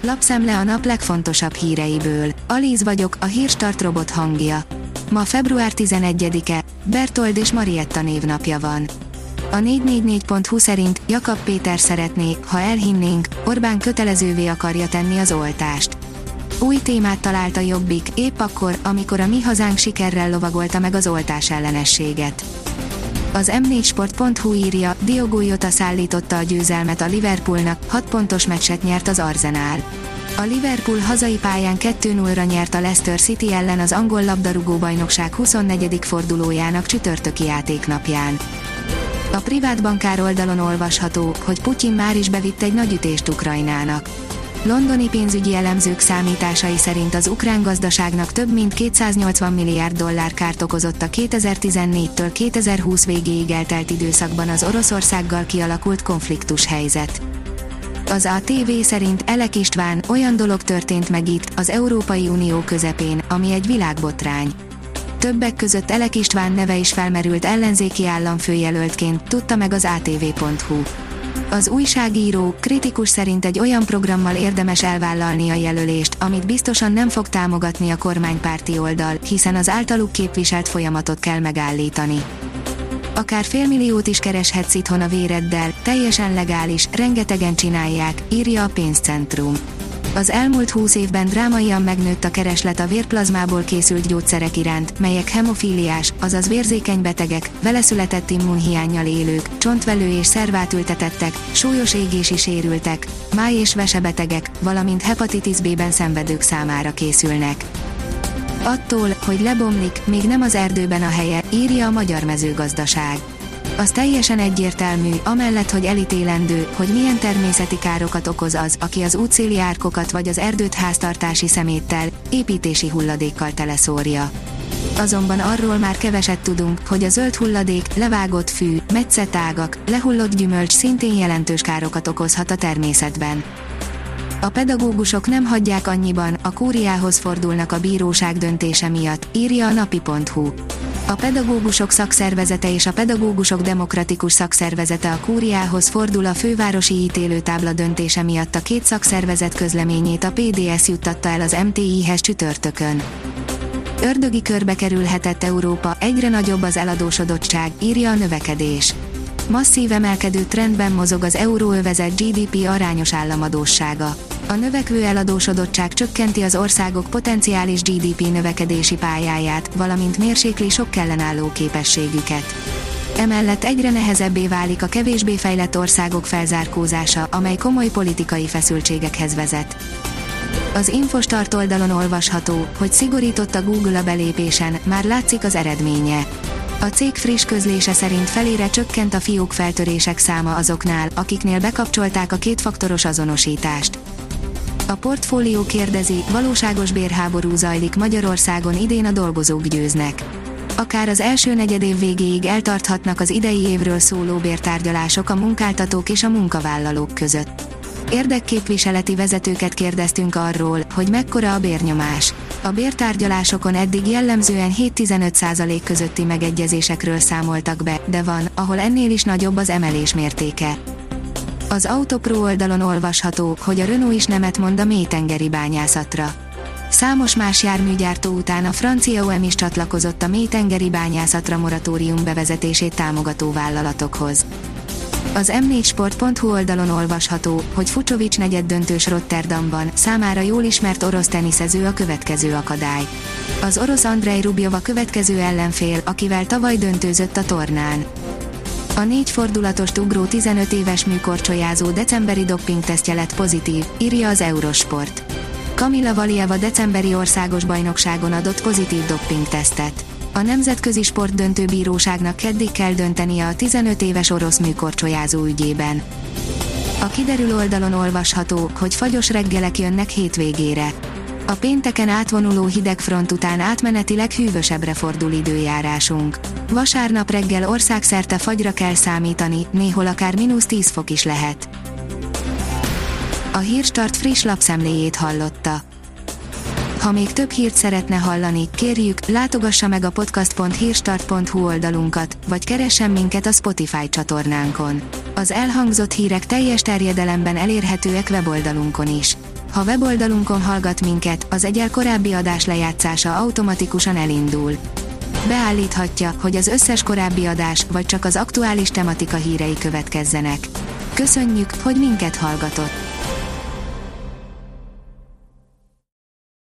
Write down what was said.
Lapszemle a nap legfontosabb híreiből. Alíz vagyok, a Hírstart robot hangja. Ma február 11-e, Bertold és Marietta névnapja van. A 444.hu szerint Jakab Péter szeretné, ha elhinnénk, Orbán kötelezővé akarja tenni az oltást. Új témát talált a Jobbik, épp akkor, amikor a Mi Hazánk sikerrel lovagolta meg az oltás ellenességet. Az m4sport.hu írja, Diogo Jota szállította a győzelmet a Liverpoolnak, 6 pontos meccset nyert az Arsenal. A Liverpool hazai pályán 2-0-ra nyert a Leicester City ellen az angol labdarúgó-bajnokság 24. fordulójának csütörtöki játéknapján. A privát bankár oldalon olvasható, hogy Putyin már is bevitt egy nagy ütést Ukrajnának. Londoni pénzügyi elemzők számításai szerint az ukrán gazdaságnak több mint 280 milliárd dollár kárt okozott a 2014-től 2020 végéig eltelt időszakban az Oroszországgal kialakult konfliktus helyzet. Az ATV szerint Elek István, olyan dolog történt meg itt, az Európai Unió közepén, ami egy világbotrány. Többek között Elek István neve is felmerült ellenzéki államfőjelöltként, tudta meg az ATV.hu. Az újságíró, kritikus szerint egy olyan programmal érdemes elvállalni a jelölést, amit biztosan nem fog támogatni a kormánypárti oldal, hiszen az általuk képviselt folyamatot kell megállítani. Akár félmilliót is kereshetsz itthon a véreddel, teljesen legális, rengetegen csinálják, írja a Pénzcentrum. Az elmúlt 20 évben drámaian megnőtt a kereslet a vérplazmából készült gyógyszerek iránt, melyek hemofíliás, azaz vérzékeny betegek, veleszületett immunhiánnyal élők, csontvelő és szervátültetettek, súlyos égési sérültek, máj- és vesebetegek, valamint hepatitis B-ben szenvedők számára készülnek. Attól, hogy lebomlik, még nem az erdőben a helye, írja a Magyar Mezőgazdaság. Az teljesen egyértelmű, amellett, hogy elítélendő, hogy milyen természeti károkat okoz az, aki az útszéli árkokat vagy az erdőt háztartási szeméttel, építési hulladékkal teleszórja. Azonban arról már keveset tudunk, hogy a zöld hulladék, levágott fű, metszett ágak, lehullott gyümölcs szintén jelentős károkat okozhat a természetben. A pedagógusok nem hagyják annyiban, a kúriához fordulnak a bíróság döntése miatt, írja a napi.hu. A pedagógusok szakszervezete és a pedagógusok demokratikus szakszervezete a kúriához fordul a fővárosi ítélőtábla döntése miatt. A két szakszervezet közleményét a PDS juttatta el az MTI-hez csütörtökön. Ördögi körbe kerülhetett Európa, egyre nagyobb az eladósodottság, írja a Növekedés. Masszív emelkedő trendben mozog az euróövezet GDP arányos államadóssága. A növekvő eladósodottság csökkenti az országok potenciális GDP növekedési pályáját, valamint mérsékli sokkellenálló képességüket. Emellett egyre nehezebbé válik a kevésbé fejlett országok felzárkózása, amely komoly politikai feszültségekhez vezet. Az Infostart oldalon olvasható, hogy szigorított a Google a belépésen, már látszik az eredménye. A cég friss közlése szerint felére csökkent a fiókfeltörések száma azoknál, akiknél bekapcsolták a kétfaktoros azonosítást. A Portfólió kérdezi, valóságos bérháború zajlik Magyarországon, idén a dolgozók győznek. Akár az első negyedév végéig eltarthatnak az idei évről szóló bértárgyalások a munkáltatók és a munkavállalók között. Érdekképviseleti vezetőket kérdeztünk arról, hogy mekkora a bérnyomás. A bértárgyalásokon eddig jellemzően 7-15% közötti megegyezésekről számoltak be, de van, ahol ennél is nagyobb az emelés mértéke. Az Autopro oldalon olvasható, hogy a Renault is nemet mond a mélytengeri bányászatra. Számos más járműgyártó után a francia OEM is csatlakozott a mélytengeri bányászatra moratórium bevezetését támogató vállalatokhoz. Az m4sport.hu oldalon olvasható, hogy Fucsovics negyeddöntős Rotterdamban, számára jól ismert orosz teniszező a következő akadály. Az orosz Andrei Rublev a következő ellenfél, akivel tavaly döntőzött a tornán. A 4 fordulatost ugró 15 éves műkorcsolyázó decemberi dopingtesztje lett pozitív, írja az Eurosport. Kamila Valieva decemberi országos bajnokságon adott pozitív dopingtesztet. A Nemzetközi Sportdöntőbíróságnak keddig kell döntenie a 15 éves orosz műkorcsolyázó ügyében. A kiderül oldalon olvasható, hogy fagyos reggelek jönnek hétvégére. A pénteken átvonuló hidegfront után átmenetileg hűvösebbre fordul időjárásunk. Vasárnap reggel országszerte fagyra kell számítani, néhol akár -10 fok is lehet. A Hírstart friss lapszemléjét hallotta. Ha még több hírt szeretne hallani, kérjük, látogassa meg a podcast.hírstart.hu oldalunkat, vagy keressen minket a Spotify csatornánkon. Az elhangzott hírek teljes terjedelemben elérhetőek weboldalunkon is. Ha weboldalunkon hallgat minket, az egyel korábbi adás lejátszása automatikusan elindul. Beállíthatja, hogy az összes korábbi adás, vagy csak az aktuális tematika hírei következzenek. Köszönjük, hogy minket hallgatott!